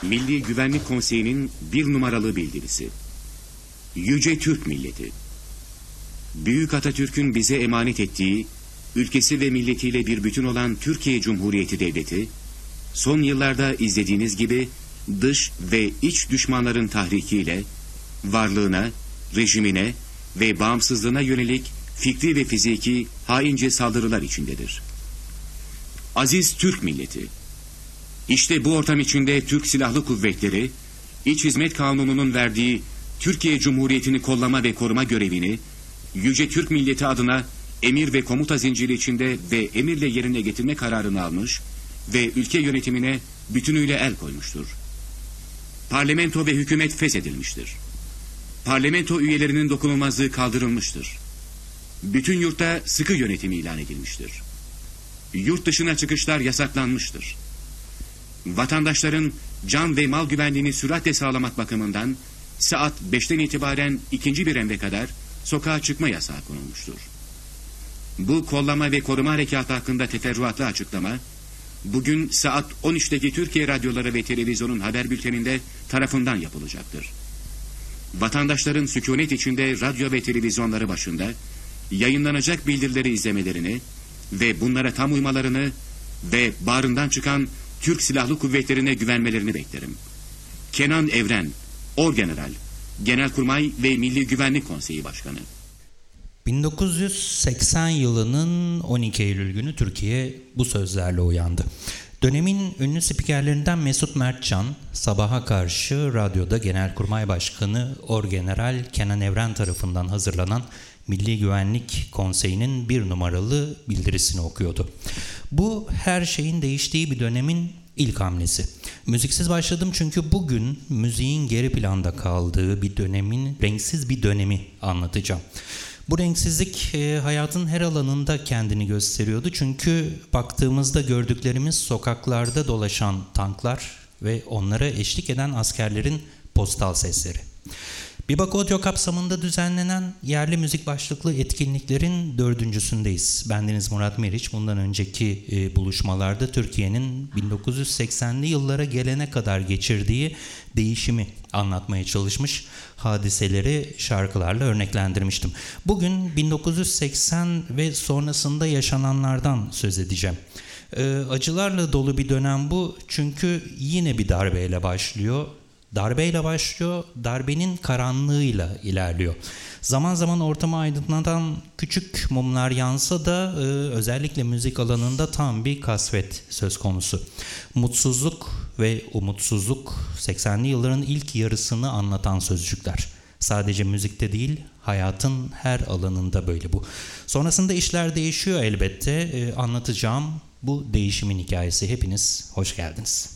Milli Güvenlik Konseyi'nin bir numaralı bildirisi. Yüce Türk Milleti. Büyük Atatürk'ün bize emanet ettiği, ülkesi ve milletiyle bir bütün olan Türkiye Cumhuriyeti Devleti, son yıllarda izlediğiniz gibi dış ve iç düşmanların tahrikiyle, varlığına, rejimine ve bağımsızlığına yönelik fikri ve fiziki haince saldırılar içindedir. Aziz Türk Milleti, İşte bu ortam içinde Türk Silahlı Kuvvetleri, İç Hizmet Kanunu'nun verdiği Türkiye Cumhuriyeti'ni kollama ve koruma görevini, Yüce Türk Milleti adına emir ve komuta zinciri içinde ve emirle yerine getirme kararını almış ve ülke yönetimine bütünüyle el koymuştur. Parlamento ve hükümet feshedilmiştir. Parlamento üyelerinin dokunulmazlığı kaldırılmıştır. Bütün yurtta sıkı yönetim ilan edilmiştir. Yurt dışına çıkışlar yasaklanmıştır. Vatandaşların can ve mal güvenliğini süratle sağlamak bakımından saat 5'ten itibaren ikinci bir emre kadar sokağa çıkma yasağı konulmuştur. Bu kollama ve koruma harekatı hakkında teferruatlı açıklama bugün saat 13'teki Türkiye Radyoları ve Televizyon'un haber bülteninde tarafından yapılacaktır. Vatandaşların sükunet içinde radyo ve televizyonları başında yayınlanacak bildirileri izlemelerini ve bunlara tam uymalarını ve bağrından çıkan Türk Silahlı Kuvvetleri'ne güvenmelerini beklerim. Kenan Evren, Orgeneral, Genelkurmay ve Milli Güvenlik Konseyi Başkanı. 1980 yılının 12 Eylül günü Türkiye bu sözlerle uyandı. Dönemin ünlü spikerlerinden Mesut Mertcan, sabaha karşı radyoda Genelkurmay Başkanı Orgeneral Kenan Evren tarafından hazırlanan Milli Güvenlik Konseyi'nin bir numaralı bildirisini okuyordu. Bu her şeyin değiştiği bir dönemin ilk hamlesi. Müziksiz başladım çünkü bugün müziğin geri planda kaldığı bir dönemin renksiz bir dönemi anlatacağım. Bu renksizlik hayatın her alanında kendini gösteriyordu. Çünkü baktığımızda gördüklerimiz sokaklarda dolaşan tanklar ve onlara eşlik eden askerlerin postal sesleri. Bebop Audio kapsamında düzenlenen yerli müzik başlıklı etkinliklerin 4.'sündeyiz. Bendeniz Murat Meriç, bundan önceki buluşmalarda Türkiye'nin 1980'li yıllara gelene kadar geçirdiği değişimi anlatmaya çalışmış, hadiseleri şarkılarla örneklendirmiştim. Bugün 1980 ve sonrasında yaşananlardan söz edeceğim. Acılarla dolu bir dönem bu, çünkü yine bir darbeyle başlıyor. Darbenin karanlığıyla ilerliyor. Zaman zaman ortamı aydınlatan küçük mumlar yansa da özellikle müzik alanında tam bir kasvet söz konusu. Mutsuzluk ve umutsuzluk 80'li yılların ilk yarısını anlatan sözcükler. Sadece müzikte değil, hayatın her alanında böyle bu. Sonrasında işler değişiyor elbette. Anlatacağım bu değişimin hikayesi. Hepiniz hoş geldiniz.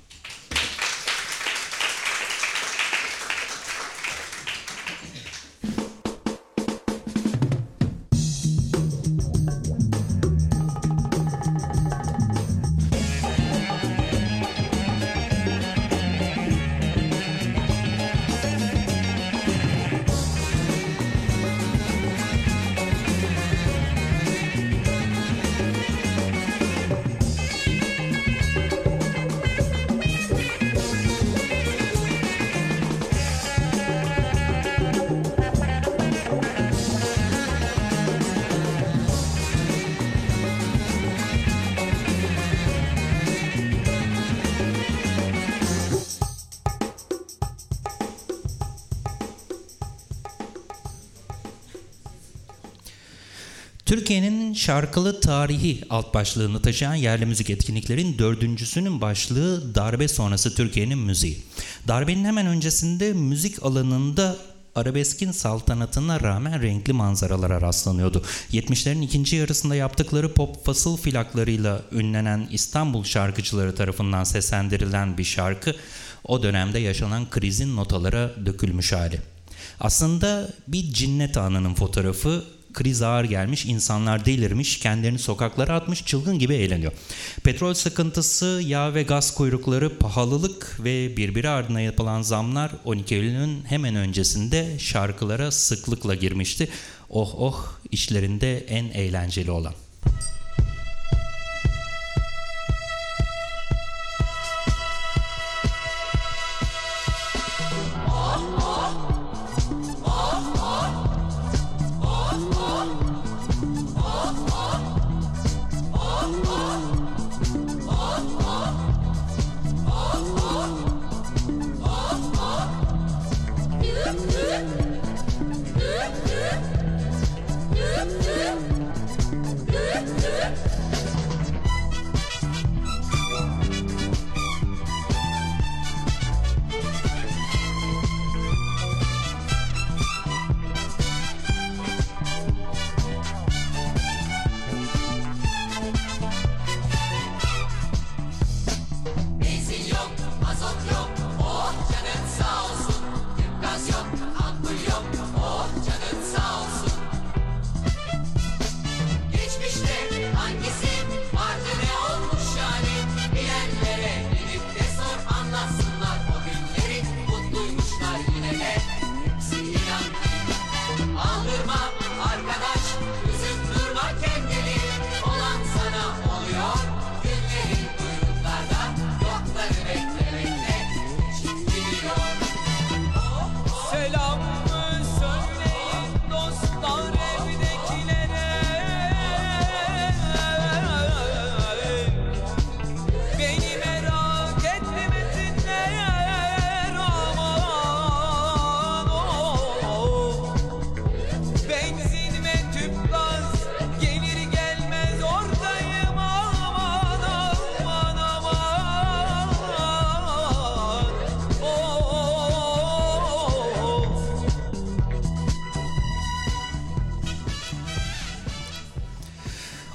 Türkiye'nin şarkılı tarihi alt başlığını taşıyan yerli müzik etkinliklerin 4.'sünün başlığı darbe sonrası Türkiye'nin müziği. Darbenin hemen öncesinde müzik alanında arabeskin saltanatına rağmen renkli manzaralara rastlanıyordu. 70'lerin ikinci yarısında yaptıkları pop fasıl filaklarıyla ünlenen İstanbul şarkıcıları tarafından seslendirilen bir şarkı, o dönemde yaşanan krizin notalara dökülmüş hali. Aslında bir cinnet anının fotoğrafı. Kriz ağır gelmiş, insanlar delirmiş, kendilerini sokaklara atmış, çılgın gibi eğleniyor. Petrol sıkıntısı, yağ ve gaz kuyrukları, pahalılık ve birbiri ardına yapılan zamlar 12 Eylül'ün hemen öncesinde şarkılara sıklıkla girmişti. Oh oh, işlerinde en eğlenceli olan.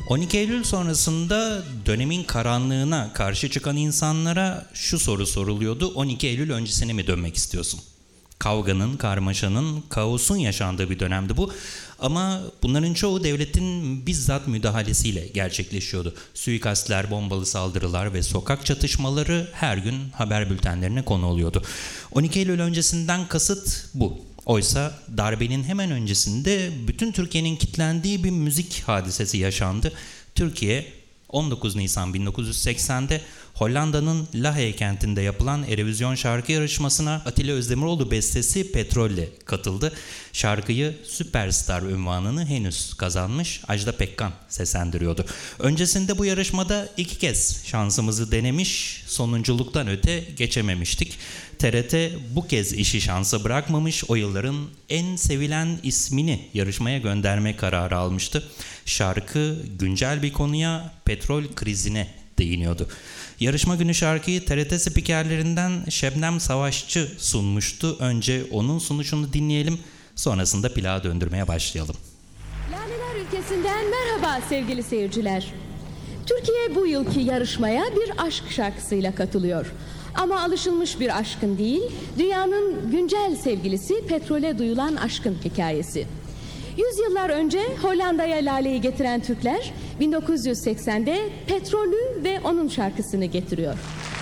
12 Eylül sonrasında dönemin karanlığına karşı çıkan insanlara şu soru soruluyordu: 12 Eylül öncesine mi dönmek istiyorsun? Kavganın, karmaşanın, kaosun yaşandığı bir dönemdi bu. Ama bunların çoğu devletin bizzat müdahalesiyle gerçekleşiyordu. Suikastler, bombalı saldırılar ve sokak çatışmaları her gün haber bültenlerine konu oluyordu. 12 Eylül öncesinden kasıt bu. Oysa darbenin hemen öncesinde bütün Türkiye'nin kilitlendiği bir müzik hadisesi yaşandı. Türkiye 19 Nisan 1980'de Hollanda'nın Lahey kentinde yapılan Eurovision şarkı yarışmasına Atilla Özdemiroğlu bestesi Petrol'le katıldı. Şarkıyı Süperstar unvanını henüz kazanmış Ajda Pekkan seslendiriyordu. Öncesinde bu yarışmada 2 kez şansımızı denemiş, sonunculuktan öte geçememiştik. TRT bu kez işi şansa bırakmamış, o yılların en sevilen ismini yarışmaya gönderme kararı almıştı. Şarkı güncel bir konuya, petrol krizine değiniyordu. Yarışma günü şarkıyı TRT spikerlerinden Şebnem Savaşçı sunmuştu. Önce onun sunuşunu dinleyelim, sonrasında plağı döndürmeye başlayalım. Laleler ülkesinden merhaba sevgili seyirciler. Türkiye bu yılki yarışmaya bir aşk şarkısıyla katılıyor. Ama alışılmış bir aşkın değil, dünyanın güncel sevgilisi petrole duyulan aşkın hikayesi. Yüzyıllar önce Hollanda'ya laleyi getiren Türkler 1980'de petrolü ve onun şarkısını getiriyor.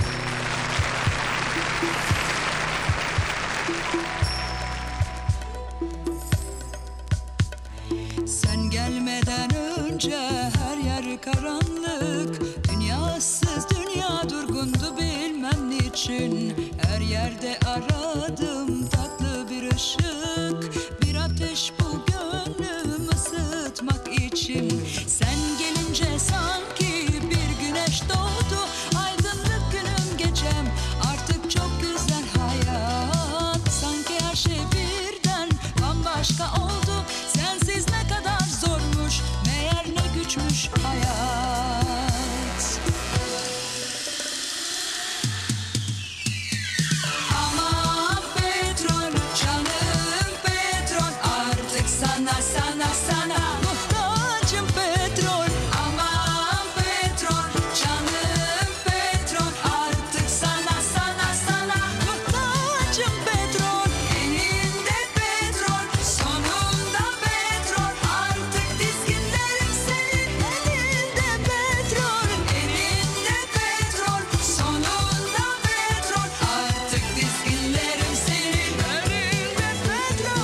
Sen gelmeden önce her yer karanlık, dünyasız dünya durgundu bilmem niçin. Her yerde aradım tatlı bir ışık, bir ateş bu gönlüm ısıtmak için. Sen gelince sanki bir güneş doğdu, aydınlık günüm gecem, artık çok güzel hayat. Sanki her şey birden bambaşka oldu, sensiz ne kadar zormuş, meğer ne güçmüş hayat. Aman petrol, canım petrol, artık sana sana sana muhtacım petrol. Aman petrol, canım petrol, artık sana sana sana muhtacım petrol. Elinde petrol, sonunda petrol, artık dizginlerim senin elinde petrol. Elinde petrol, sonunda petrol, artık dizginlerim senin elinde petrol.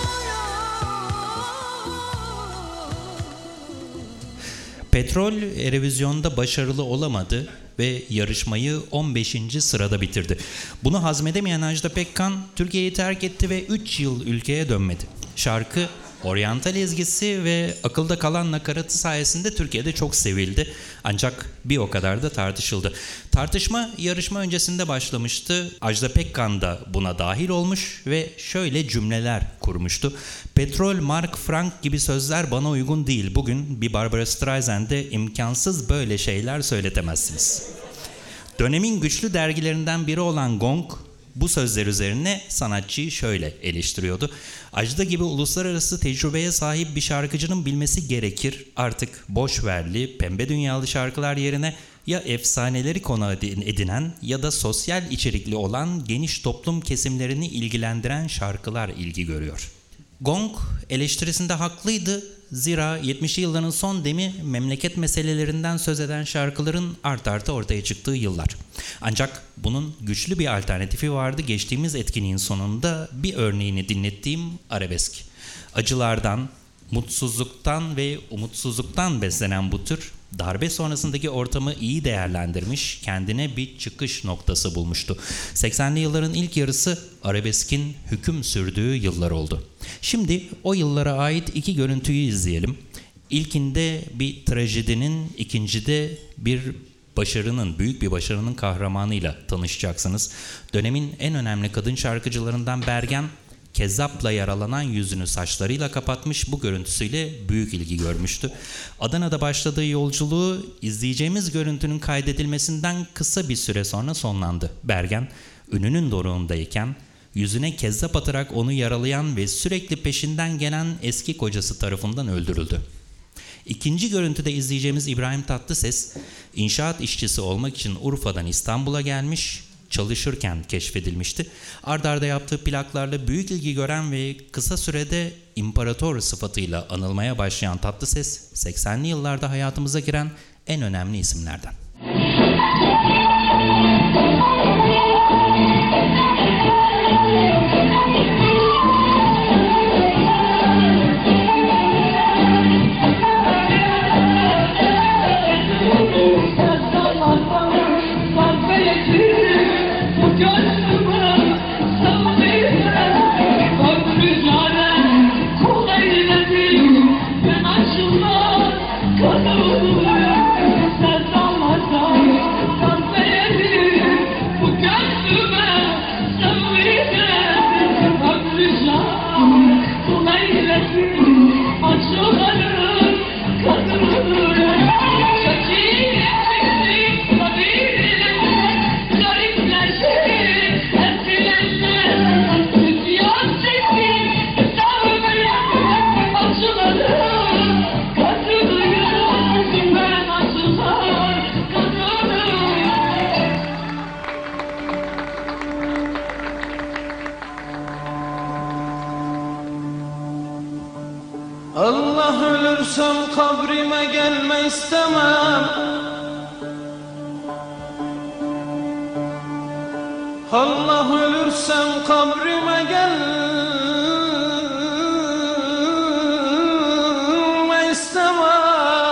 Petrol Eurovision'da başarılı olamadı ve yarışmayı 15. sırada bitirdi. Bunu hazmedemeyen Ajda Pekkan Türkiye'yi terk etti ve 3 yıl ülkeye dönmedi. Şarkı oryantal ezgisi ve akılda kalan nakaratı sayesinde Türkiye'de çok sevildi. Ancak bir o kadar da tartışıldı. Tartışma yarışma öncesinde başlamıştı. Ajda Pekkan da buna dahil olmuş ve şöyle cümleler kurmuştu: "Petrol, mark, frank gibi sözler bana uygun değil. Bugün bir Barbra Streisand'e imkansız böyle şeyler söyletemezsiniz." Dönemin güçlü dergilerinden biri olan Gong bu sözler üzerine sanatçıyı şöyle eleştiriyordu: "Ajda gibi uluslararası tecrübeye sahip bir şarkıcının bilmesi gerekir. Artık boşverli, pembe dünyalı şarkılar yerine ya efsaneleri konu edinen ya da sosyal içerikli olan geniş toplum kesimlerini ilgilendiren şarkılar ilgi görüyor." Gong eleştirisinde haklıydı. Zira 70'li yılların son demi memleket meselelerinden söz eden şarkıların art arda ortaya çıktığı yıllar. Ancak bunun güçlü bir alternatifi vardı. Geçtiğimiz etkinliğin sonunda bir örneğini dinlettiğim arabesk. Acılardan, mutsuzluktan ve umutsuzluktan beslenen bu tür darbe sonrasındaki ortamı iyi değerlendirmiş, kendine bir çıkış noktası bulmuştu. 80'li yılların ilk yarısı arabeskin hüküm sürdüğü yıllar oldu. Şimdi o yıllara ait 2 görüntüyü izleyelim. İlkinde bir trajedinin, ikincide bir başarının, büyük bir başarının kahramanıyla tanışacaksınız. Dönemin en önemli kadın şarkıcılarından Bergen, kezzapla yaralanan yüzünü saçlarıyla kapatmış, bu görüntüsüyle büyük ilgi görmüştü. Adana'da başladığı yolculuğu izleyeceğimiz görüntünün kaydedilmesinden kısa bir süre sonra sonlandı. Bergen, ününün doruğundayken yüzüne kezzap atarak onu yaralayan ve sürekli peşinden gelen eski kocası tarafından öldürüldü. İkinci görüntüde izleyeceğimiz İbrahim Tatlıses, inşaat işçisi olmak için Urfa'dan İstanbul'a gelmiş, çalışırken keşfedilmişti. Ard arda yaptığı plaklarla büyük ilgi gören ve kısa sürede imparator sıfatıyla anılmaya başlayan Tatlıses, 80'li yıllarda hayatımıza giren en önemli isimlerden. Allah ölürsem kabrime gelme istemem. Allah ölürsem kabrime gelme istemem.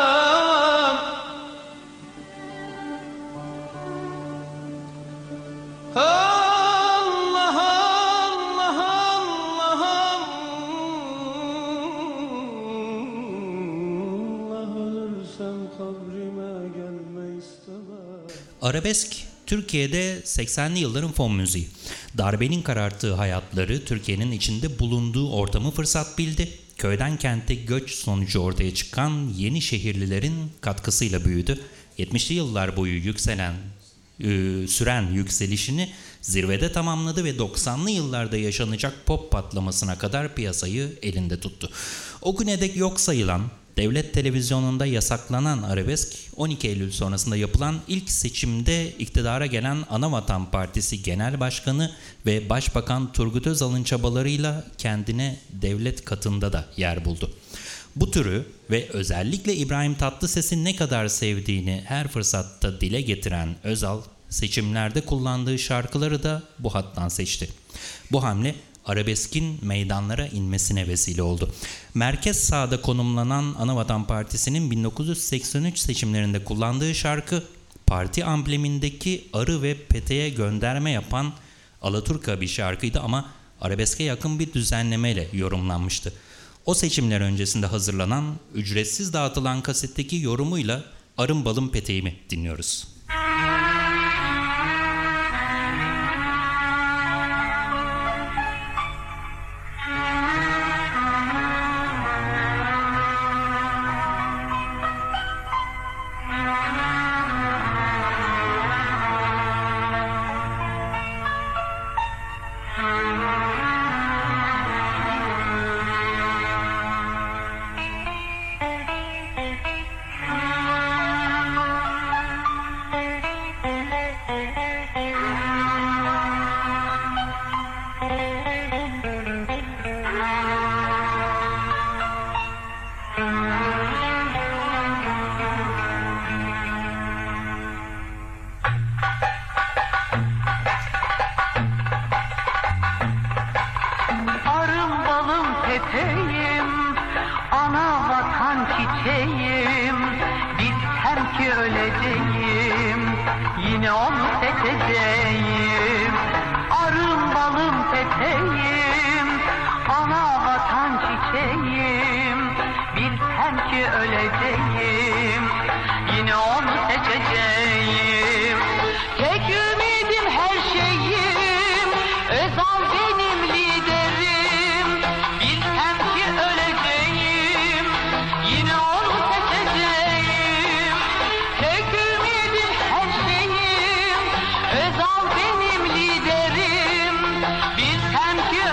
Arabesk, Türkiye'de 80'li yılların fon müziği. Darbenin kararttığı hayatları, Türkiye'nin içinde bulunduğu ortamı fırsat bildi. Köyden kente göç sonucu ortaya çıkan yeni şehirlilerin katkısıyla büyüdü. 70'li yıllar boyu süren yükselişini zirvede tamamladı ve 90'lı yıllarda yaşanacak pop patlamasına kadar piyasayı elinde tuttu. O güne dek yok sayılan, devlet televizyonunda yasaklanan arabesk, 12 Eylül sonrasında yapılan ilk seçimde iktidara gelen Anavatan Partisi Genel Başkanı ve Başbakan Turgut Özal'ın çabalarıyla kendine devlet katında da yer buldu. Bu türü ve özellikle İbrahim Tatlıses'i ne kadar sevdiğini her fırsatta dile getiren Özal, seçimlerde kullandığı şarkıları da bu hattan seçti. Bu hamle arabeskin meydanlara inmesine vesile oldu. Merkez sağda konumlanan Anavatan Partisi'nin 1983 seçimlerinde kullandığı şarkı, parti amblemindeki arı ve peteğe gönderme yapan Alaturka bir şarkıydı ama arabeske yakın bir düzenlemeyle yorumlanmıştı. O seçimler öncesinde hazırlanan, ücretsiz dağıtılan kasetteki yorumuyla Arım Balım Peteğimi dinliyoruz.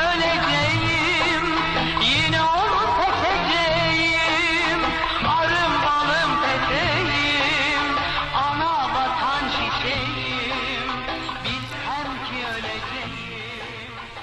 Arım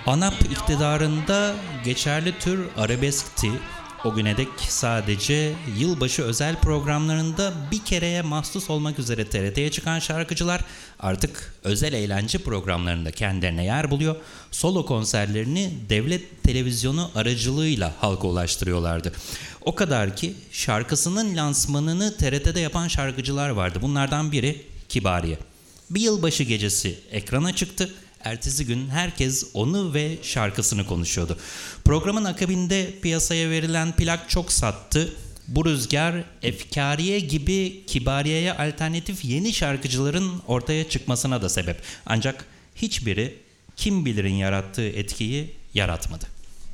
ANAP iktidarında geçerli tür arabeskti. O güne dek sadece yılbaşı özel programlarında bir kereye mahsus olmak üzere TRT'ye çıkan şarkıcılar artık özel eğlence programlarında kendilerine yer buluyor. Solo konserlerini devlet televizyonu aracılığıyla halka ulaştırıyorlardı. O kadar ki şarkısının lansmanını TRT'de yapan şarkıcılar vardı. Bunlardan biri Kibariye. Bir yılbaşı gecesi ekrana çıktı. Ertesi gün herkes onu ve şarkısını konuşuyordu. Programın akabinde piyasaya verilen plak çok sattı. Bu rüzgar Efkariye gibi Kibariye'ye alternatif yeni şarkıcıların ortaya çıkmasına da sebep. Ancak hiçbiri kim bilir'in yarattığı etkiyi yaratmadı.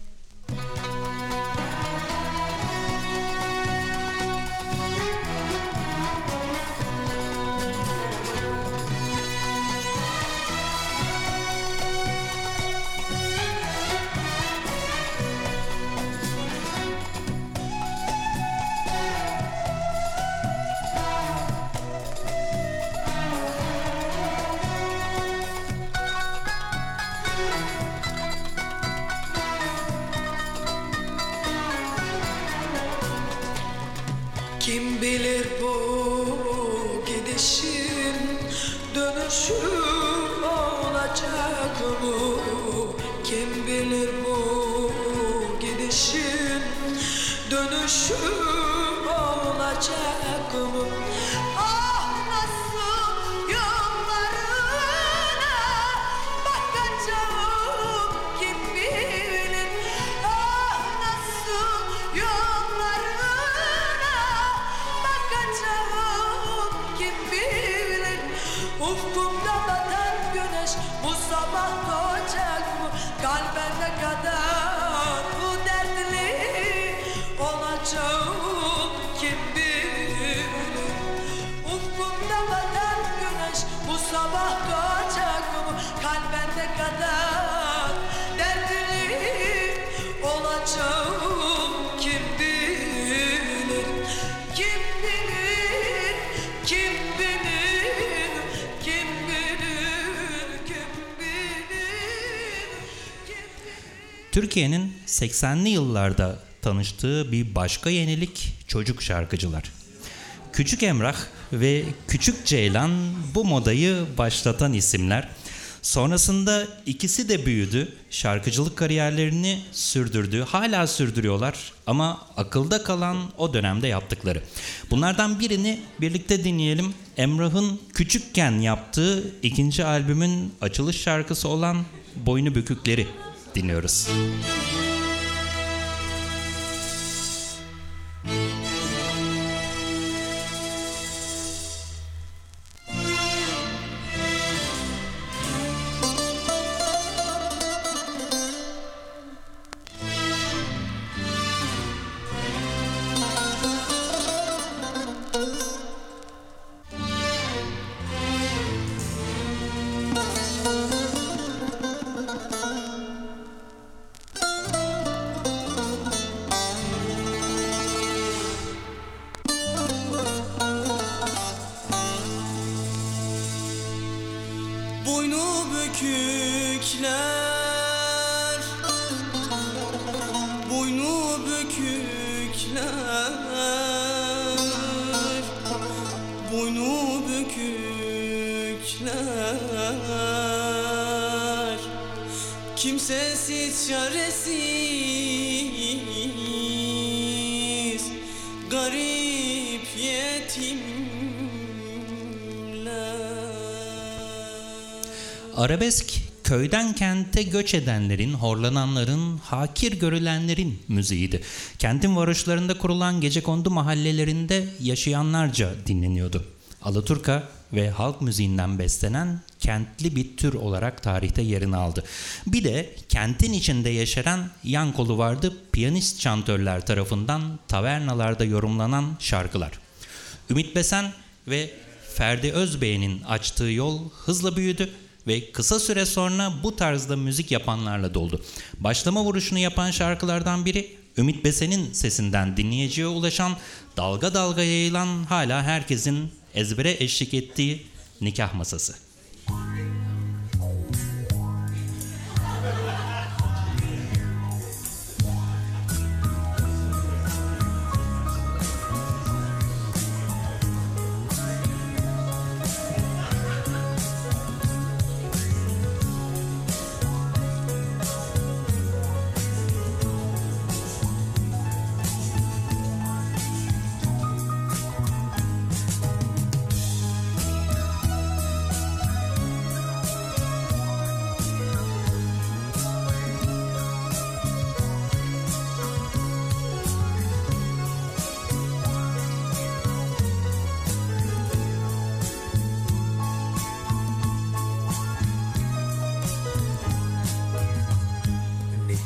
Kim bilir bu gidişin dönüşü olacak mı? Kim bilir bu gidişin dönüşü olacak mı? Ah nasıl yollarına bakacağım kim bilir? Ah nasıl yollarına bakacağım kim bilir? Ufkumda batan güneş bu sabah doğacak mı? Kalbime kadar bu dertli olacağım kim bilir? Ufkumda batan güneş bu sabah doğacak mı? Kalbime kadar dertli olacağım kim bilir? Kim bilir? Kim bilir? Kim bilir? Kim bilir? Türkiye'nin 80'li yıllarda tanıştığı bir başka yenilik çocuk şarkıcılar. Küçük Emrah ve Küçük Ceylan bu modayı başlatan isimler. Sonrasında ikisi de büyüdü, şarkıcılık kariyerlerini sürdürdü, hala sürdürüyorlar ama akılda kalan o dönemde yaptıkları. Bunlardan birini birlikte dinleyelim. Emrah'ın küçükken yaptığı ikinci albümün açılış şarkısı olan Boynu Bükükleri dinliyoruz. Boynu bükükler, boynu bükükler, boynu bükükler, kimsesiz çaresiz, garip yetimler. Arabesk, köyden kente göç edenlerin, horlananların, hakir görülenlerin müziğiydi. Kentin varoşlarında kurulan gecekondu mahallelerinde yaşayanlarca dinleniyordu. Alaturka ve halk müziğinden beslenen kentli bir tür olarak tarihte yerini aldı. Bir de kentin içinde yeşeren yan kolu vardı, piyanist şantörler tarafından tavernalarda yorumlanan şarkılar. Ümit Besen ve Ferdi Özbey'in açtığı yol hızla büyüdü ve kısa süre sonra bu tarzda müzik yapanlarla doldu. Başlama vuruşunu yapan şarkılardan biri Ümit Besen'in sesinden dinleyiciye ulaşan, dalga dalga yayılan, hala herkesin ezbere eşlik ettiği Nikah Masası.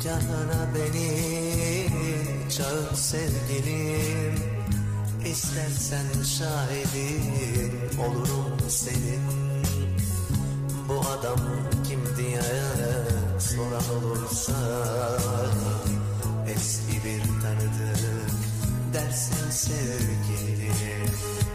Nikahına beni çağır sevgilim, İstersen şahidin olurum senin. Bu adam kim diye soran olursa, eski bir tanıdık dersin sevgilim.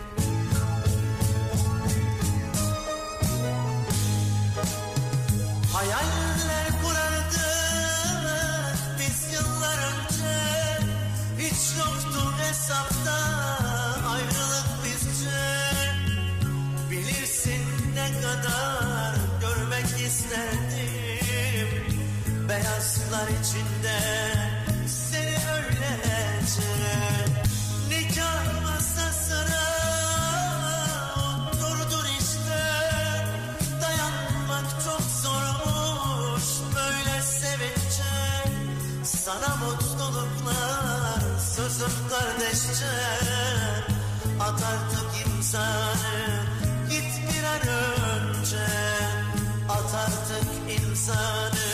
Hayaller kurardık biz yıllar önce, hiç yoktu hesapta ayrılık bizce. Bilirsin ne kadar görmek isterdim beyazlar içinde seni öylece. Nikah masasına oturdun işte, dayanmak çok zormuş böyle sevince. Sana mutluluklar sözüm kardeşçe, at artık imzanı git bir an önce, at artık imzanı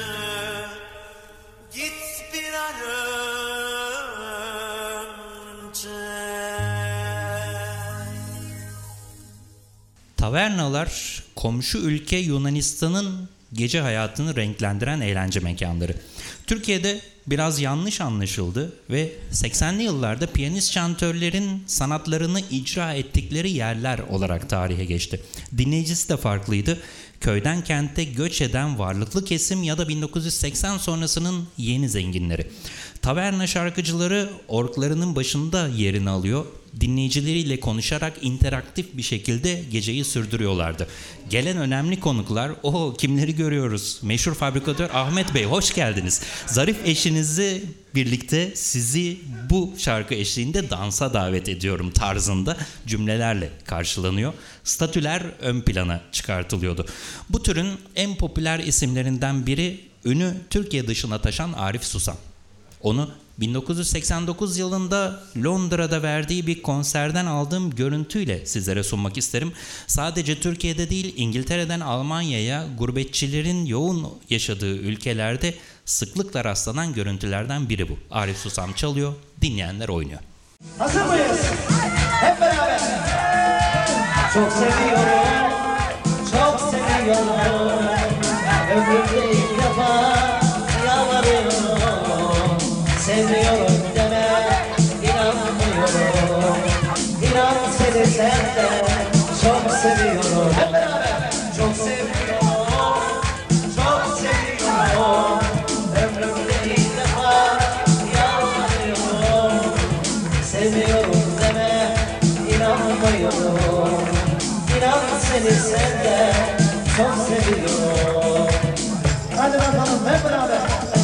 git bir an önce. Tavernalar, komşu ülke Yunanistan'ın gece hayatını renklendiren eğlence mekanları. Türkiye'de biraz yanlış anlaşıldı ve 80'li yıllarda piyanist şantörlerin sanatlarını icra ettikleri yerler olarak tarihe geçti. Dinleyicisi de farklıydı. Köyden kente göç eden varlıklı kesim ya da 1980 sonrasının yeni zenginleri. Taverna şarkıcıları orklarının başında yerini alıyor. Dinleyicileriyle konuşarak interaktif bir şekilde geceyi sürdürüyorlardı. Gelen önemli konuklar, kimleri görüyoruz? Meşhur fabrikatör Ahmet Bey, hoş geldiniz. Zarif eşinizi birlikte sizi bu şarkı eşliğinde dansa davet ediyorum tarzında cümlelerle karşılanıyor. Statüler ön plana çıkartılıyordu. Bu türün en popüler isimlerinden biri ünü Türkiye dışına taşan Arif Susam. Onu 1989 yılında Londra'da verdiği bir konserden aldığım görüntüyle sizlere sunmak isterim. Sadece Türkiye'de değil, İngiltere'den Almanya'ya gurbetçilerin yoğun yaşadığı ülkelerde sıklıkla rastlanan görüntülerden biri bu. Arif Susam çalıyor, dinleyenler oynuyor. Hazır mıyız? Hep beraber. Çok seviyorum, çok seviyorum. Ömrümde ilk defa yalvarıyorum. Sevmiyorum deme, inanmıyorum. İnan seni sen de çok seviyorum. Hep beraber. Çok seviyorum, çok seviyorum. Ömrümde ilk defa yalvarıyorum. Sevmiyorum deme, inanmıyorum. İnan seni sen de çok seviyorum. Hadi bakalım hep beraber.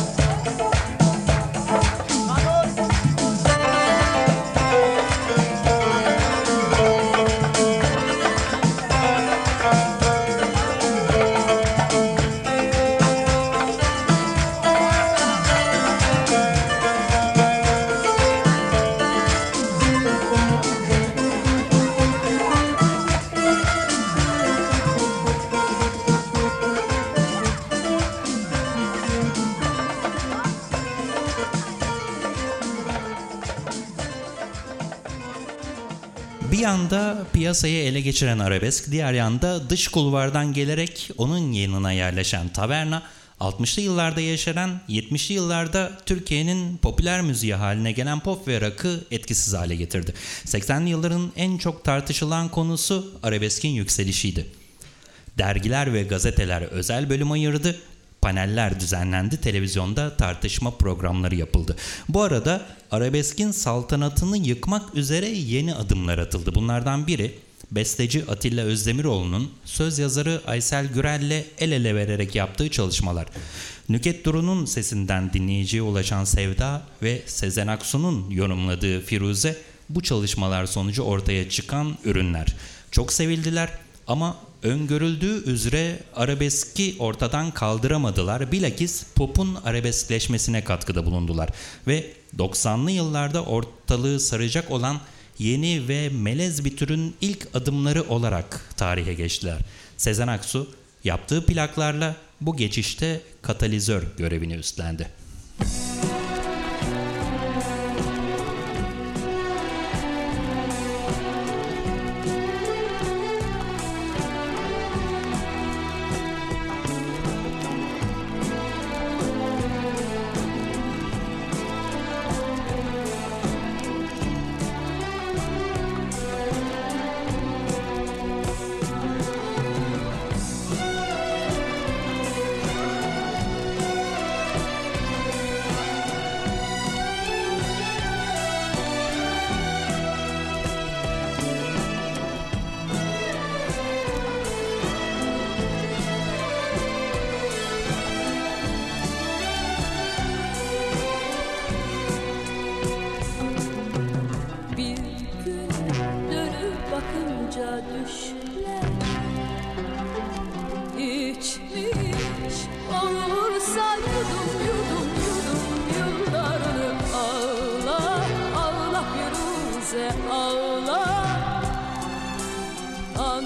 Bir yanda piyasayı ele geçiren arabesk, diğer yanda dış kulvardan gelerek onun yanına yerleşen taverna, 60'lı yıllarda yaşanan, 70'li yıllarda Türkiye'nin popüler müziği haline gelen pop ve rock'ı etkisiz hale getirdi. 80'li yılların en çok tartışılan konusu arabeskin yükselişiydi. Dergiler ve gazeteler özel bölüm ayırdı. Paneller düzenlendi, televizyonda tartışma programları yapıldı. Bu arada arabeskin saltanatını yıkmak üzere yeni adımlar atıldı. Bunlardan biri besteci Atilla Özdemiroğlu'nun söz yazarı Aysel Gürel'le el ele vererek yaptığı çalışmalar. Nükhet Duru'nun sesinden dinleyiciye ulaşan Sevda ve Sezen Aksu'nun yorumladığı Firuze, bu çalışmalar sonucu ortaya çıkan ürünler. Çok sevildiler ama öngörüldüğü üzere arabeski ortadan kaldıramadılar. Bilakis popun arabeskleşmesine katkıda bulundular. Ve 90'lı yıllarda ortalığı saracak olan yeni ve melez bir türün ilk adımları olarak tarihe geçtiler. Sezen Aksu yaptığı plaklarla bu geçişte katalizör görevini üstlendi.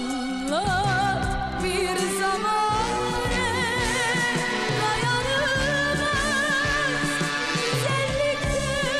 anla bir zaman dayanılmaz güzellikte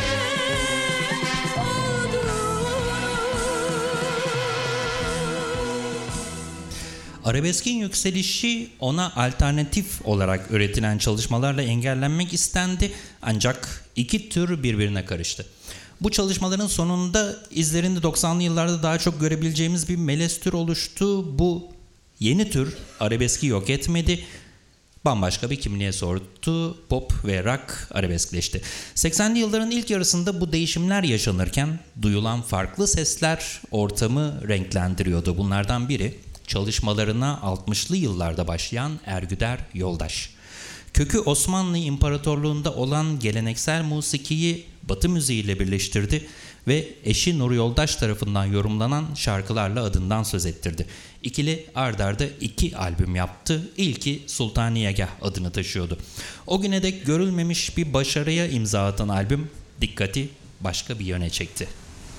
Arabeskin yükselişi ona alternatif olarak üretilen çalışmalarla engellenmek istendi ancak iki tür birbirine karıştı. Bu çalışmaların sonunda izlerinde 90'lı yıllarda daha çok görebileceğimiz bir melez tür oluştu. Bu yeni tür arabeski yok etmedi, bambaşka bir kimliğe soktu. Pop ve rock arabeskleşti. 80'li yılların ilk yarısında bu değişimler yaşanırken duyulan farklı sesler ortamı renklendiriyordu. Bunlardan biri çalışmalarına 60'lı yıllarda başlayan Ergüder Yoldaş. Kökü Osmanlı İmparatorluğu'nda olan geleneksel musikiyi Batı müziğiyle birleştirdi ve eşi Nur Yoldaş tarafından yorumlanan şarkılarla adından söz ettirdi. İkili ard arda 2 albüm yaptı. İlki Sultaniyegah adını taşıyordu. O güne dek görülmemiş bir başarıya imza atan albüm dikkati başka bir yöne çekti.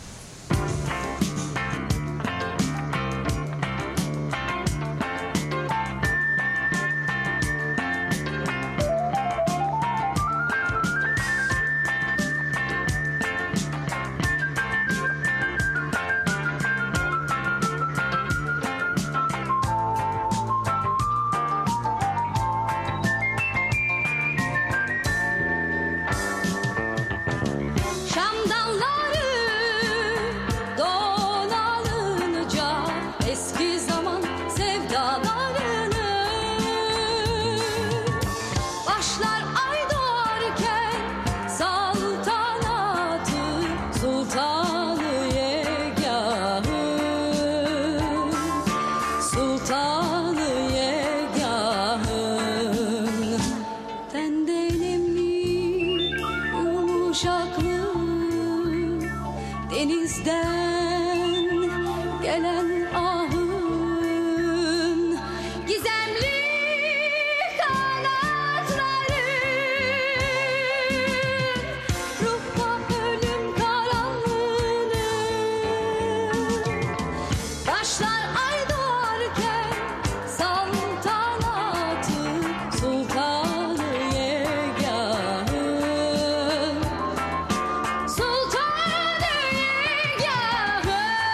denizden gelen ahın gizemli kanatları, ruhta ölüm karanlığını, taşlar ay doğarken saltanatı sultanı yegahın, sultanı yegahın.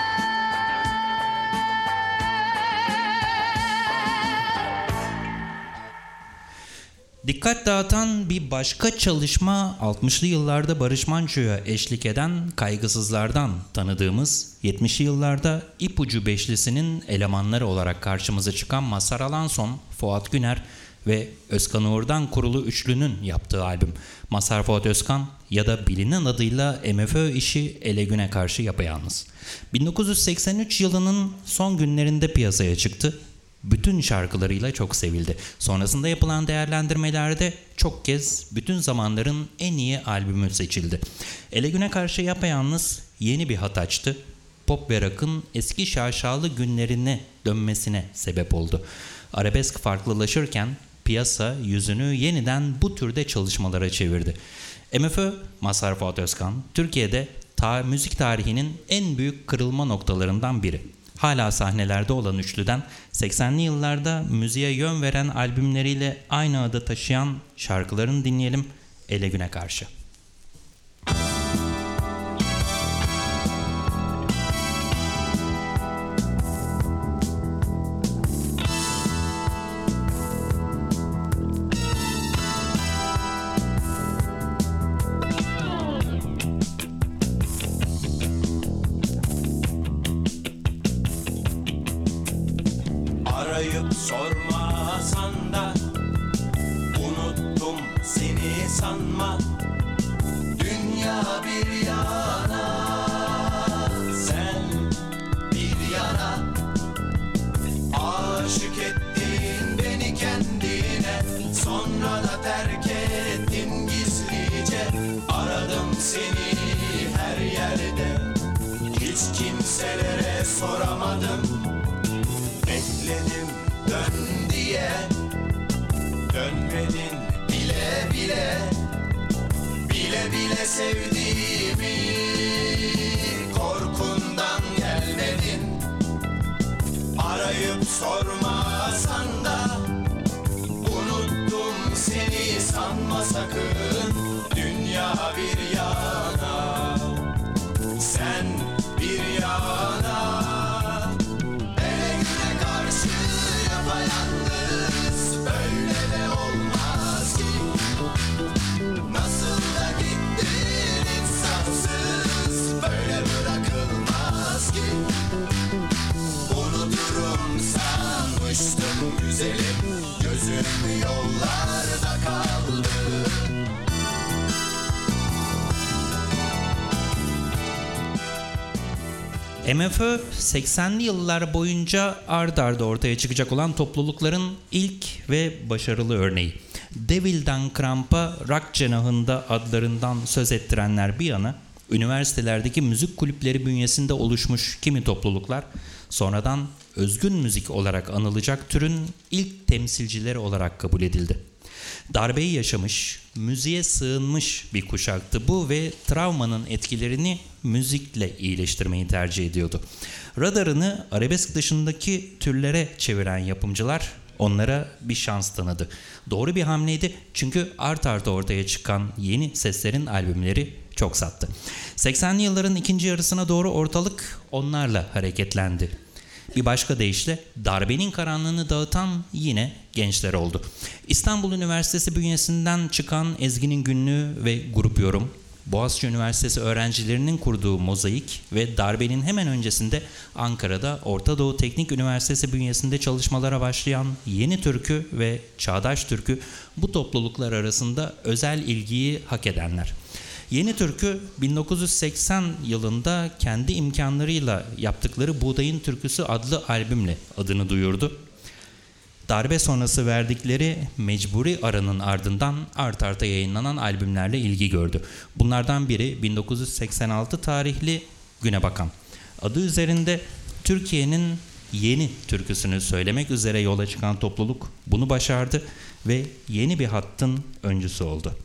Dikkat dağıtan bir başka çalışma 60'lı yıllarda Barış Manço'ya eşlik eden Kaygısızlardan tanıdığımız 70'li yıllarda İpucu Beşlisi'nin elemanları olarak karşımıza çıkan Mazhar Alanson, Fuat Güner ve Özkan Uğur'dan kurulu üçlünün yaptığı albüm. Mazhar Fuat Özkan ya da bilinen adıyla MFÖ işi Ele Güne Karşı Yapayalnız. 1983 yılının son günlerinde piyasaya çıktı. Bütün şarkılarıyla çok sevildi. Sonrasında yapılan değerlendirmelerde çok kez bütün zamanların en iyi albümü seçildi. Ele Güne Karşı Yapayalnız yeni bir hat açtı. Pop ve rock'ın eski şaşalı günlerine dönmesine sebep oldu. Arabesk farklılaşırken piyasa yüzünü yeniden bu türde çalışmalara çevirdi. MFÖ, Mazhar Fuat Özkan, Türkiye'de müzik tarihinin en büyük kırılma noktalarından biri. Hala sahnelerde olan üçlüden 80'li yıllarda müziğe yön veren albümleriyle aynı adı taşıyan şarkılarını dinleyelim. Ele Güne Karşı. Arayıp sormasan da unuttum seni sanma. Dünya bir yana, sen bir yana. Aşık ettin beni kendine, sonra da terk ettin gizlice. Aradım seni her yerde, hiç kimselere soramadım. Bekledim dön diye, dönmedin bile bile. Bile bile sevdiğimi, korkundan gelmedin. Arayıp sormasan da unuttum seni sanma sakın. Dünya bir yana, sen bir yana. Ele güne karşı yapayalnız, böyle de olmaz ki. Nasıl da gittin insafsız, böyle bırakılmaz ki. Unuturum sanmıştım güzelim, gözüm yollarda kaldı. MFÖ 80'li yıllar boyunca ard arda ortaya çıkacak olan toplulukların ilk ve başarılı örneği. Devil'den Kramp'a rock cenahında adlarından söz ettirenler bir yana, üniversitelerdeki müzik kulüpleri bünyesinde oluşmuş kimi topluluklar, sonradan özgün müzik olarak anılacak türün ilk temsilcileri olarak kabul edildi. Darbeyi yaşamış, müziğe sığınmış bir kuşaktı bu ve travmanın etkilerini müzikle iyileştirmeyi tercih ediyordu. Radarını arabesk dışındaki türlere çeviren yapımcılar onlara bir şans tanıdı. Doğru bir hamleydi çünkü art arda ortaya çıkan yeni seslerin albümleri çok sattı. 80'li yılların ikinci yarısına doğru ortalık onlarla hareketlendi. Bir başka deyişle darbenin karanlığını dağıtan yine gençler oldu. İstanbul Üniversitesi bünyesinden çıkan Ezgi'nin Günlüğü ve Grup Yorum, Boğaziçi Üniversitesi öğrencilerinin kurduğu Mozaik ve darbenin hemen öncesinde Ankara'da Orta Doğu Teknik Üniversitesi bünyesinde çalışmalara başlayan Yeni Türkü ve Çağdaş Türkü bu topluluklar arasında özel ilgiyi hak edenler. Yeni Türkü 1980 yılında kendi imkanlarıyla yaptıkları Buğdayın Türküsü adlı albümle adını duyurdu. Darbe sonrası verdikleri Mecburi Aranın ardından art arda yayınlanan albümlerle ilgi gördü. Bunlardan biri 1986 tarihli Güne Bakan. Adı üzerinde Türkiye'nin yeni türküsünü söylemek üzere yola çıkan topluluk bunu başardı ve yeni bir hattın öncüsü oldu.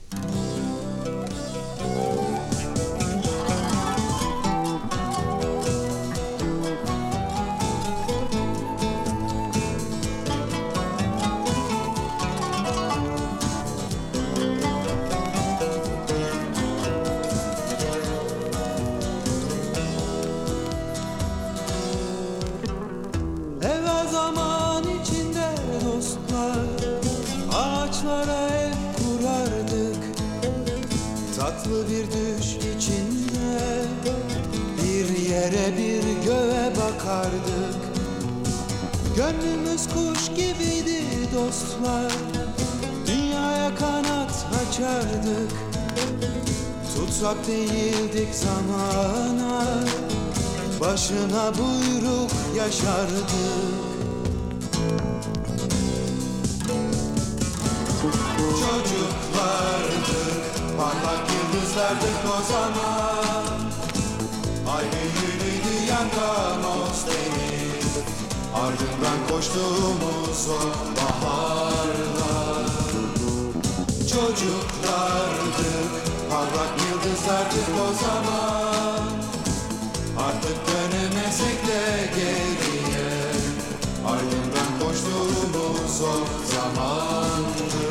Evvel zaman içinde dostlar, ağaçlara ev kurardık. Tatlı bir düş içinde bir yere bir göğe bakardık. Gönlümüz kuş gibiydi dostlar, dünyaya kanat açardık. Tutsak değildik zamana, başına buyruk yaşardık. Çocuklardık, parlak yıldızlardık o zaman. Ay büyülüydü Yanganos deniz, ardından koştuğumuz o baharlar. Çocuklardık, parlak yıldızlardık o zaman. Artık dönemezsek de geriye, ardından koştuğumuz o zamandı.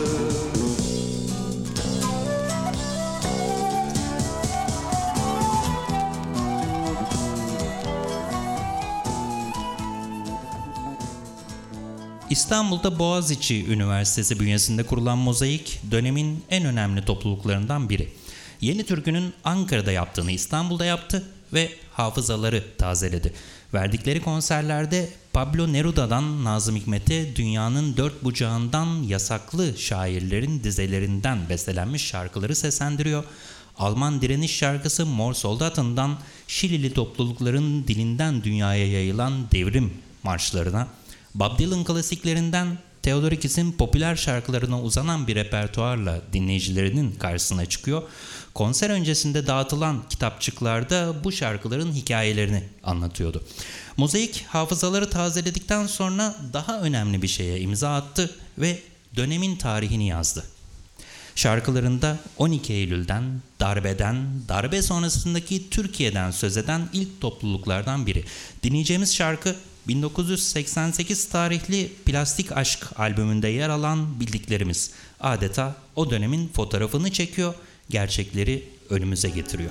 İstanbul'da Boğaziçi Üniversitesi bünyesinde kurulan Mozaik dönemin en önemli topluluklarından biri. Yeni Türkü'nün Ankara'da yaptığını İstanbul'da yaptı ve hafızaları tazeledi. Verdikleri konserlerde Pablo Neruda'dan Nazım Hikmet'e dünyanın dört bucağından yasaklı şairlerin dizelerinden bestelenmiş şarkıları seslendiriyor. Alman direniş şarkısı Mor Soldaten'dan Şilili toplulukların dilinden dünyaya yayılan devrim marşlarına, Bob Dylan klasiklerinden Theodorikis'in popüler şarkılarına uzanan bir repertuarla dinleyicilerinin karşısına çıkıyor. Konser öncesinde dağıtılan kitapçıklarda bu şarkıların hikayelerini anlatıyordu. Mozaik hafızaları tazeledikten sonra daha önemli bir şeye imza attı ve dönemin tarihini yazdı. Şarkılarında 12 Eylül'den, darbeden, darbe sonrasındaki Türkiye'den söz eden ilk topluluklardan biri. Dinleyeceğimiz şarkı 1988 tarihli Plastik Aşk albümünde yer alan bildiklerimiz adeta o dönemin fotoğrafını çekiyor, gerçekleri önümüze getiriyor.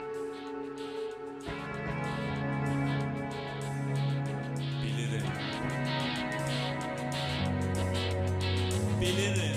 Bilirim. Bilirim.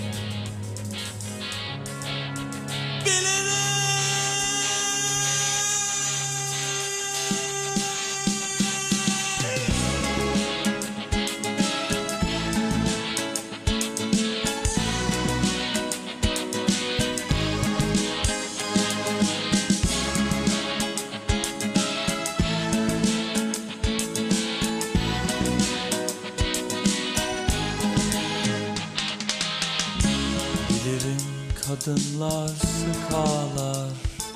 Kadınlar sık ağlar,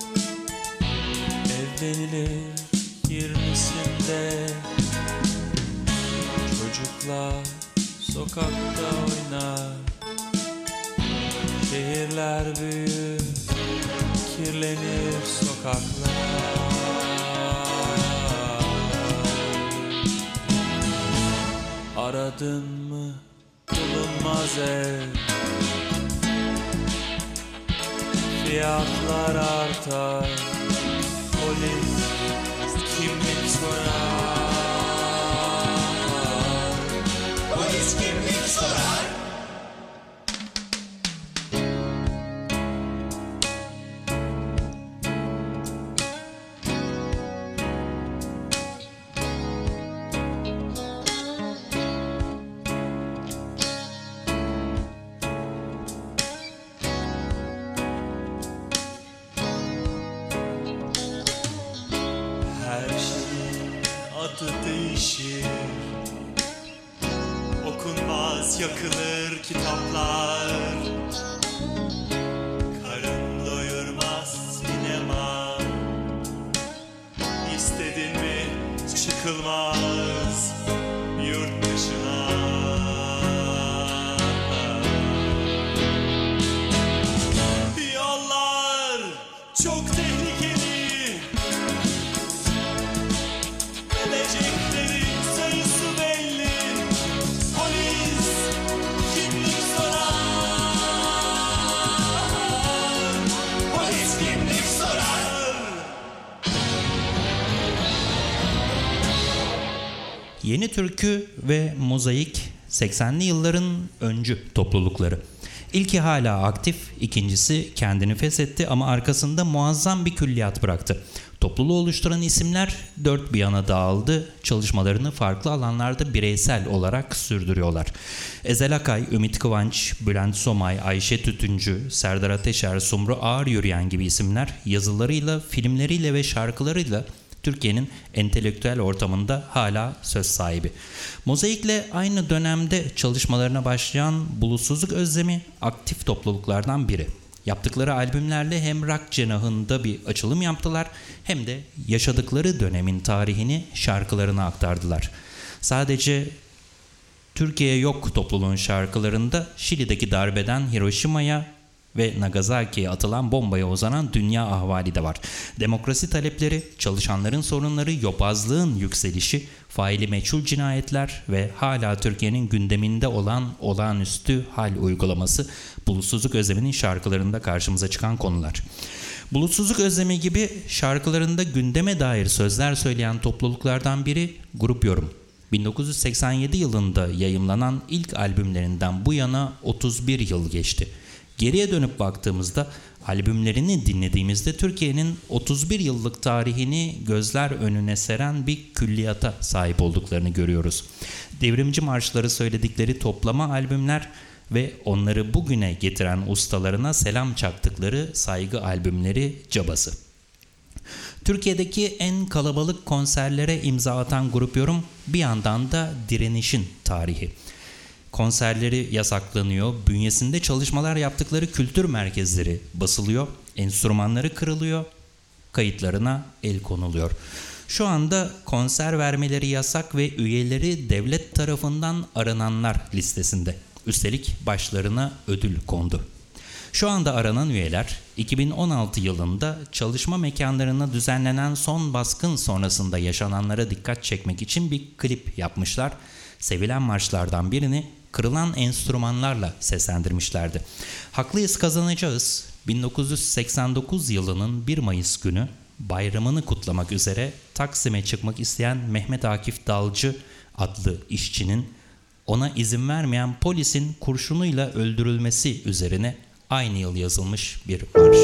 evlenilir 20'sinde. Çocuklar sokakta oynar, şehirler büyür, kirlenir sokaklar. Aradın mı bulunmaz ev, fiyatlar artar, polis kimlik sorar. Polis kimlik sorar. Değişir, okunmaz yakılır kitaplar, karın doyurmaz sinema, istedin mi çıkılmaz yurt dışına. Yollar çok tehlikeli, geleceklerin sayısı belli. Polis kimlik sorar. Polis kimlik sorar. Yeni Türkü ve Mozaik 80'li yılların öncü toplulukları. İlki hala aktif, ikincisi kendini feshetti ama arkasında muazzam bir külliyat bıraktı. Topluluğu oluşturan isimler dört bir yana dağıldı, çalışmalarını farklı alanlarda bireysel olarak sürdürüyorlar. Ezel Akay, Ümit Kıvanç, Bülent Somay, Ayşe Tütüncü, Serdar Ateşer, Sumru Ağıryürüyen gibi isimler yazılarıyla, filmleriyle ve şarkılarıyla Türkiye'nin entelektüel ortamında hala söz sahibi. Mozaik'le aynı dönemde çalışmalarına başlayan Bulutsuzluk Özlemi aktif topluluklardan biri. Yaptıkları albümlerle hem rock cenahında bir açılım yaptılar hem de yaşadıkları dönemin tarihini şarkılarına aktardılar. Sadece Türkiye Yok topluluğun şarkılarında Şili'deki darbeden Hiroşima'ya ve Nagasaki'ye atılan bombaya uzanan dünya ahvali de var. Demokrasi talepleri, çalışanların sorunları, yobazlığın yükselişi, faili meçhul cinayetler ve hala Türkiye'nin gündeminde olan olağanüstü hal uygulaması Bulutsuzluk Özlemi'nin şarkılarında karşımıza çıkan konular. Bulutsuzluk Özlemi gibi şarkılarında gündeme dair sözler söyleyen topluluklardan biri Grup Yorum. 1987 yılında yayımlanan ilk albümlerinden bu yana 31 yıl geçti. Geriye dönüp baktığımızda, albümlerini dinlediğimizde Türkiye'nin 31 yıllık tarihini gözler önüne seren bir külliyata sahip olduklarını görüyoruz. Devrimci marşları söyledikleri toplama albümler ve onları bugüne getiren ustalarına selam çaktıkları saygı albümleri cabası. Türkiye'deki en kalabalık konserlere imza atan Grup Yorum bir yandan da direnişin tarihi. Konserleri yasaklanıyor, bünyesinde çalışmalar yaptıkları kültür merkezleri basılıyor, enstrümanları kırılıyor, kayıtlarına el konuluyor. Şu anda konser vermeleri yasak ve üyeleri devlet tarafından arananlar listesinde. Üstelik başlarına ödül kondu. Şu anda aranan üyeler 2016 yılında çalışma mekanlarına düzenlenen son baskın sonrasında yaşananlara dikkat çekmek için bir klip yapmışlar. Sevilen marşlardan birini kırılan enstrümanlarla seslendirmişlerdi. Haklıyız kazanacağız. 1989 yılının 1 Mayıs günü bayramını kutlamak üzere Taksim'e çıkmak isteyen Mehmet Akif Dalcı adlı işçinin ona izin vermeyen polisin kurşunuyla öldürülmesi üzerine aynı yıl yazılmış bir marş.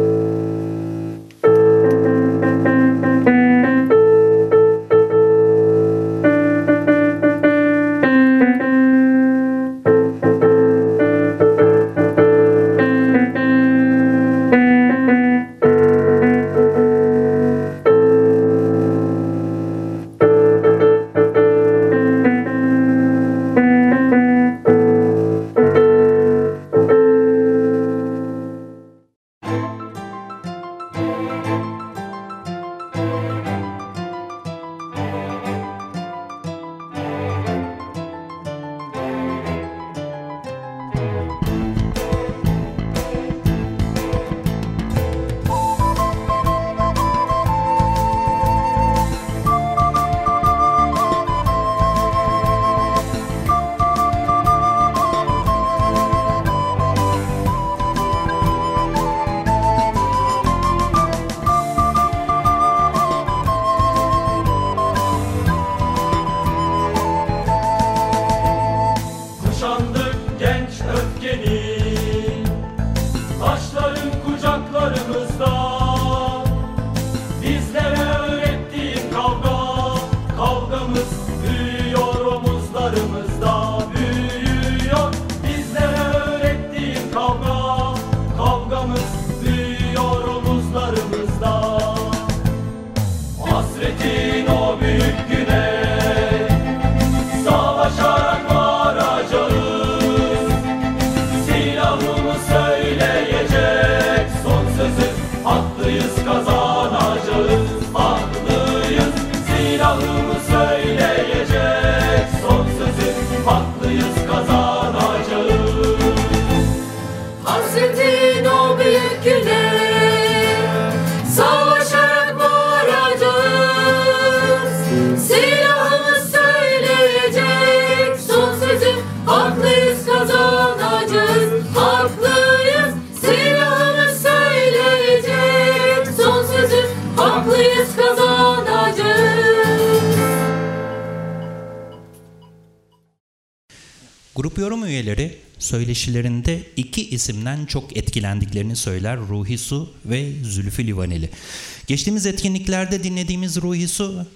Grup yorum üyeleri söyleşilerinde iki isimden çok etkilendiklerini söyler: Ruhi Su ve Zülfü Livaneli. Geçtiğimiz etkinliklerde dinlediğimiz Ruhi Su,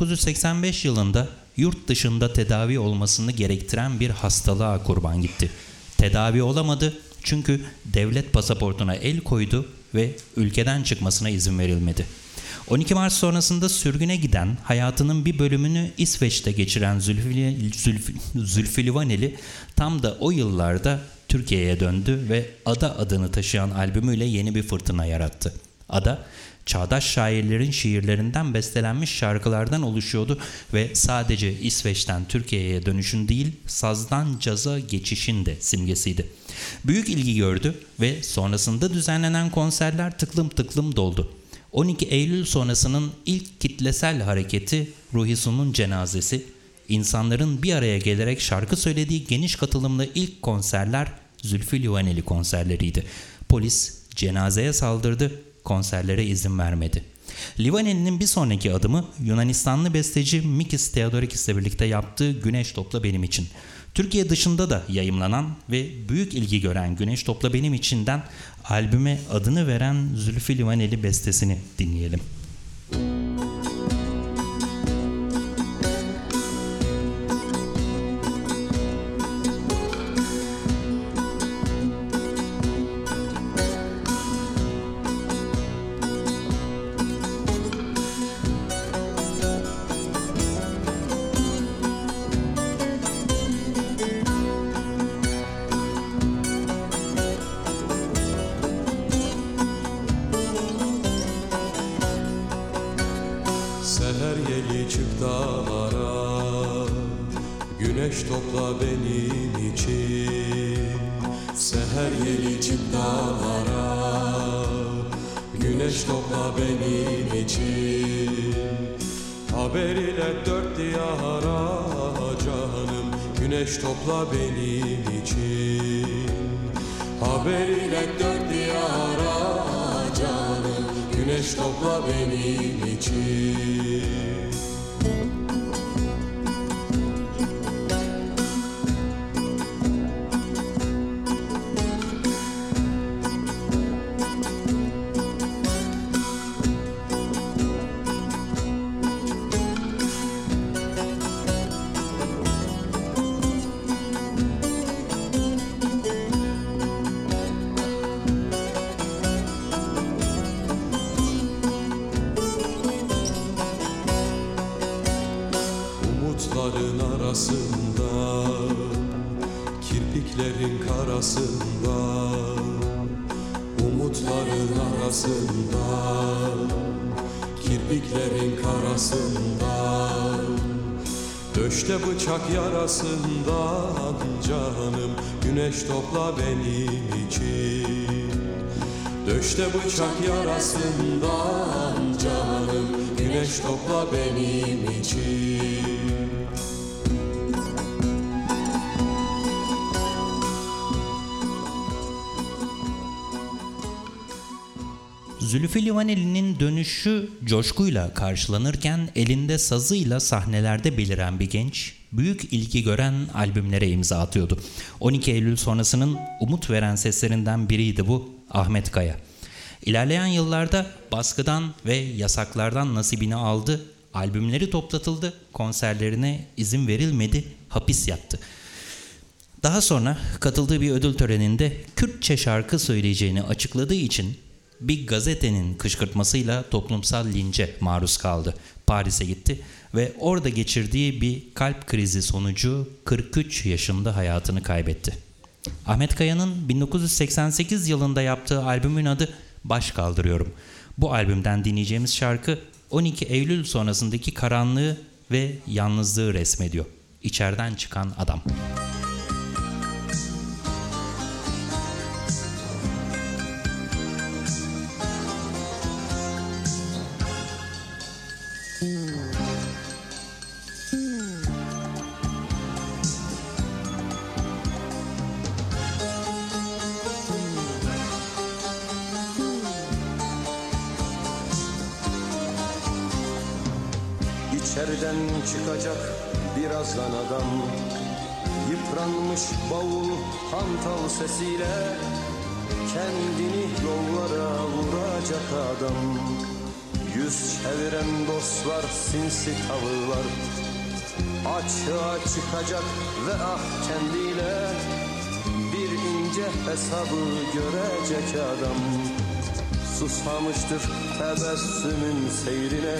1985 yılında yurt dışında tedavi olmasını gerektiren bir hastalığa kurban gitti. Tedavi olamadı çünkü devlet pasaportuna el koydu ve ülkeden çıkmasına izin verilmedi. 12 Mart sonrasında sürgüne giden, hayatının bir bölümünü İsveç'te geçiren Zülfü Livaneli tam da o yıllarda Türkiye'ye döndü ve Ada adını taşıyan albümüyle yeni bir fırtına yarattı. Ada, çağdaş şairlerin şiirlerinden bestelenmiş şarkılardan oluşuyordu ve sadece İsveç'ten Türkiye'ye dönüşün değil, sazdan caza geçişin de simgesiydi. Büyük ilgi gördü ve sonrasında düzenlenen konserler tıklım tıklım doldu. 12 Eylül sonrasının ilk kitlesel hareketi Ruhi Su'nun cenazesi, insanların bir araya gelerek şarkı söylediği geniş katılımlı ilk konserler Zülfü Livaneli konserleriydi. Polis cenazeye saldırdı, konserlere izin vermedi. Livaneli'nin bir sonraki adımı Yunanistanlı besteci Mikis Theodorakis'le birlikte yaptığı Güneş Topla Benim İçin. Türkiye dışında da yayımlanan ve büyük ilgi gören Güneş Topla Benim İçin'den albüme adını veren Zülfü Livaneli bestesini dinleyelim. Seher yeli çık dağlara, güneş topla benim için. Seher gelecek dağlara, güneş topla benim için. Haber ile dört diyara canım, güneş topla benim için. Haber ile dört diyara canım, güneş topla benim için. Umutların arasında, kirpiklerin karasında, umutların arasında, kirpiklerin karasında, döşte bıçak yarasından canım, güneş topla benim için. Döşte bıçak yarasından canım, güneş topla benim için. Zülfü Livaneli'nin dönüşü coşkuyla karşılanırken elinde sazıyla sahnelerde beliren bir genç, büyük ilgi gören albümlere imza atıyordu. 12 Eylül sonrasının umut veren seslerinden biriydi bu Ahmet Kaya. İlerleyen yıllarda baskıdan ve yasaklardan nasibini aldı, albümleri toplatıldı, konserlerine izin verilmedi, hapis yattı. Daha sonra katıldığı bir ödül töreninde Kürtçe şarkı söyleyeceğini açıkladığı için bir gazetenin kışkırtmasıyla toplumsal lince maruz kaldı. Paris'e gitti ve orada geçirdiği bir kalp krizi sonucu 43 yaşında hayatını kaybetti. Ahmet Kaya'nın 1988 yılında yaptığı albümün adı Baş Kaldırıyorum. Bu albümden dinleyeceğimiz şarkı 12 Eylül sonrasındaki karanlığı ve yalnızlığı resmediyor. İçeriden çıkan adam. İçeriden çıkacak birazdan adam, yıpranmış bavul hantal sesiyle kendini yollara vuracak adam. Yüz çeviren dostlar, sinsi tavırlar, açığa çıkacak ve ah kendiyle bir ince hesabı görecek adam. Susamıştır tebessümün seyrine,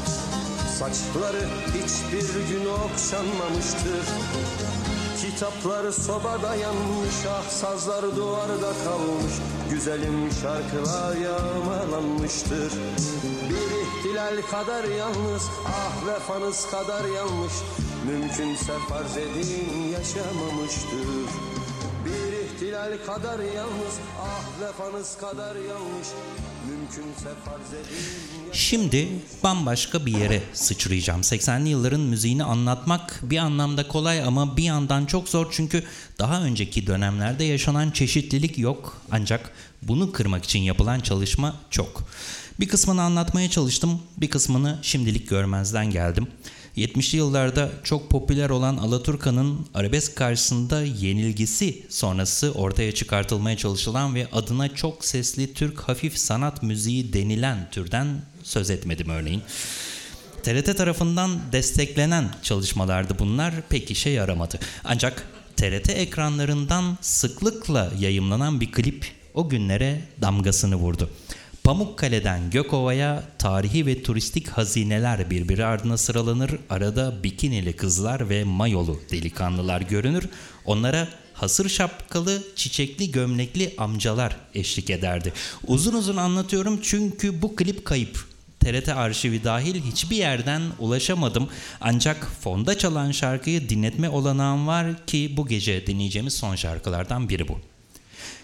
saçları hiçbir gün okşanmamıştır. Kitaplar sobada yanmış, ah sazlar duvarda kalmış, güzelim şarkılar yağmalanmıştır. Bir ihtilal kadar yalnız, ah vefanız kadar yanlış, mümkünse farz edin yaşamamıştır. Bir ihtilal kadar yalnız, ah vefanız kadar yanlış, mümkünse farz edin. Şimdi bambaşka bir yere sıçrayacağım. 80'li yılların müziğini anlatmak bir anlamda kolay ama bir yandan çok zor, çünkü daha önceki dönemlerde yaşanan çeşitlilik yok, ancak bunu kırmak için yapılan çalışma çok. Bir kısmını anlatmaya çalıştım, bir kısmını şimdilik görmezden geldim. 70'li yıllarda çok popüler olan Alaturka'nın arabesk karşısında yenilgisi sonrası ortaya çıkartılmaya çalışılan ve adına çok sesli Türk hafif sanat müziği denilen türden söz etmedim örneğin. TRT tarafından desteklenen çalışmalardı bunlar, pek işe yaramadı. Ancak TRT ekranlarından sıklıkla yayımlanan bir klip o günlere damgasını vurdu. Pamukkale'den Gökova'ya tarihi ve turistik hazineler birbiri ardına sıralanır. Arada bikinili kızlar ve mayolu delikanlılar görünür. Onlara hasır şapkalı, çiçekli gömlekli amcalar eşlik ederdi. Uzun uzun anlatıyorum çünkü bu klip kayıp. TRT arşivi dahil hiçbir yerden ulaşamadım. Ancak fonda çalan şarkıyı dinletme olanağım var ki bu gece dinleyeceğimiz son şarkılardan biri bu.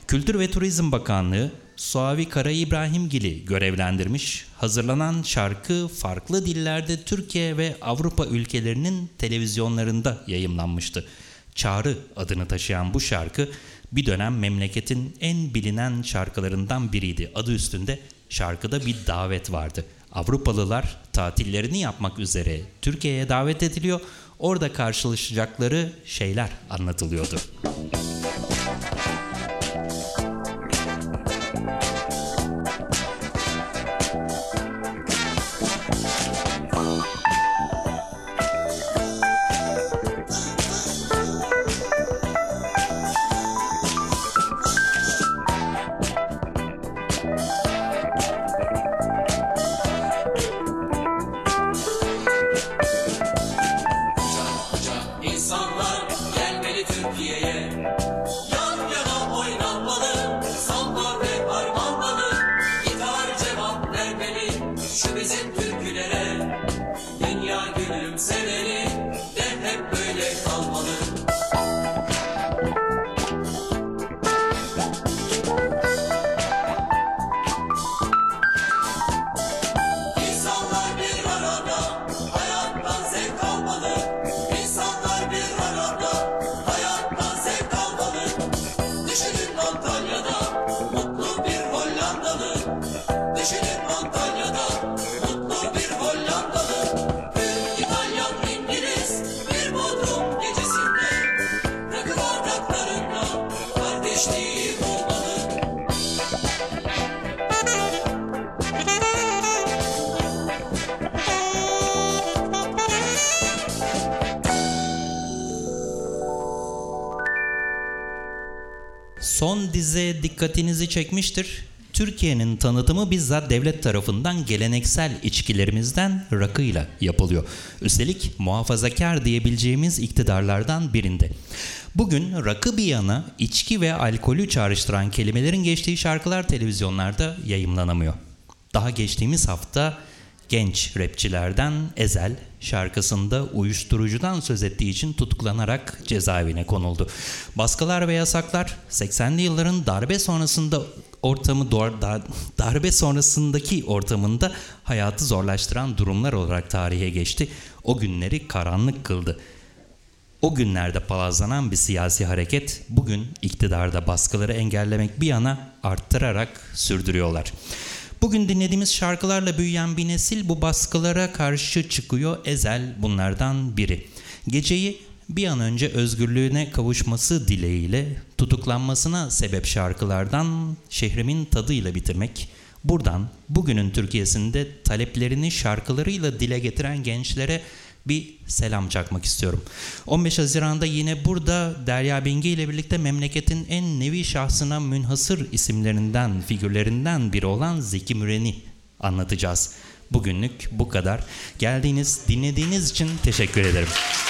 Kültür ve Turizm Bakanlığı Suavi Kara İbrahimgil'i görevlendirmiş. Hazırlanan şarkı farklı dillerde Türkiye ve Avrupa ülkelerinin televizyonlarında yayımlanmıştı. Çağrı adını taşıyan bu şarkı bir dönem memleketin en bilinen şarkılarından biriydi. Adı üstünde şarkıda bir davet vardı. Avrupalılar tatillerini yapmak üzere Türkiye'ye davet ediliyor. Orada karşılaşacakları şeyler anlatılıyordu. Son dize dikkatinizi çekmiştir. Türkiye'nin tanıtımı bizzat devlet tarafından geleneksel içkilerimizden rakıyla yapılıyor. Üstelik muhafazakar diyebileceğimiz iktidarlardan birinde. Bugün rakı bir yana içki ve alkolü çağrıştıran kelimelerin geçtiği şarkılar televizyonlarda yayımlanamıyor. Daha geçtiğimiz hafta genç rapçilerden Ezel şarkısında uyuşturucudan söz ettiği için tutuklanarak cezaevine konuldu. Baskılar ve yasaklar 80'li yılların darbe sonrasındaki ortamında hayatı zorlaştıran durumlar olarak tarihe geçti. O günleri karanlık kıldı. O günlerde palazlanan bir siyasi hareket bugün iktidarda baskıları engellemek bir yana arttırarak sürdürüyorlar. Bugün dinlediğimiz şarkılarla büyüyen bir nesil bu baskılara karşı çıkıyor. Ezel bunlardan biri. Geceyi bir an önce özgürlüğüne kavuşması dileğiyle tutuklanmasına sebep şarkılardan Şehrimin Tadıyla bitirmek. Buradan bugünün Türkiye'sinde taleplerini şarkılarıyla dile getiren gençlere bir selam çakmak istiyorum. 15 Haziran'da yine burada Derya Bengi ile birlikte memleketin en nevi şahsına münhasır isimlerinden, figürlerinden biri olan Zeki Müren'i anlatacağız. Bugünlük bu kadar. Geldiğiniz, dinlediğiniz için teşekkür ederim.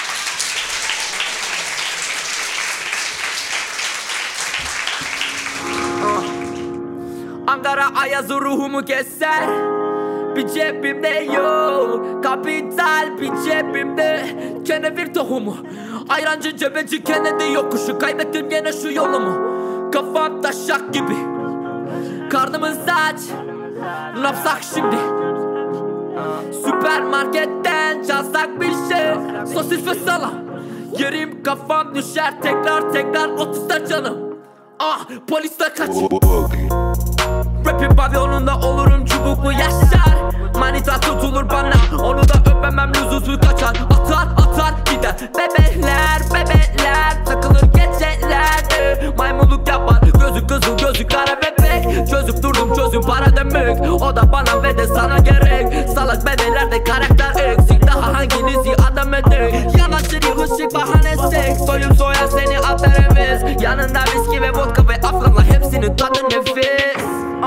Ankara ayazı ruhumu keser. Bir cebimde yok kapital, bir cebimde kenevir tohumu. Ayrancı cebeci Kennedy yokuşu, kaybettim gene şu yolumu. Kafam taşak gibi, karnımın saç, ne yapsak şimdi? Süpermarketten çalsak bir şey, sosis ve salam. Yerim kafam düşer tekrar 30'da canım. Ah polisler kaç. Rap'in pavyonunda olurum çubuklu yaşar. Manita tutulur bana, onu da öpemem lüzumsuz kaçar. Atar gider bebeler takılır geceler. Maymunluk yapar gözü kızıl gözü kara bebek. Çözüp durdum çözüm para demek. O da bana ve de sana gerek. Salak bebeklerde karakter eksik. Daha hanginizi adam edek? Yanaşır yıkışık bahane seks. Soyum soyar seni atar heves. Yanında viski ve vodka ve afganla hepsinin tadı nefis.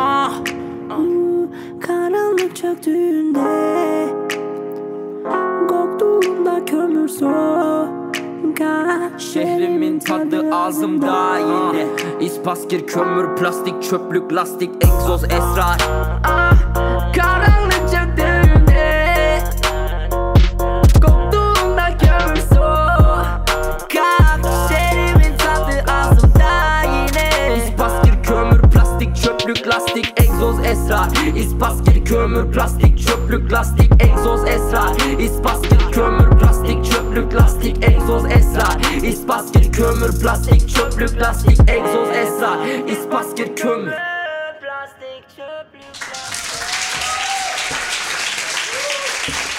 Karanlık çöktüğünde koktuğunda kömür sokar. Şehrimin tadı ağzımda yine. İspaskir, kömür, plastik, çöplük, lastik, egzoz, esrar. Karanlık çöktüğünde koktuğunda kömür sokar. Şehrimin tadı ağzımda yine. İspaskir, İspaskil, kömür, plastik, çöplük, lastik, egzoz, esrar. İspaskil, kömür, plastik, çöplük, lastik, egzoz, esrar. İspaskil, kömür, plastik, çöplük, lastik, egzoz, esrar. İspaskil, kömür, plastik, çöplük, lastik.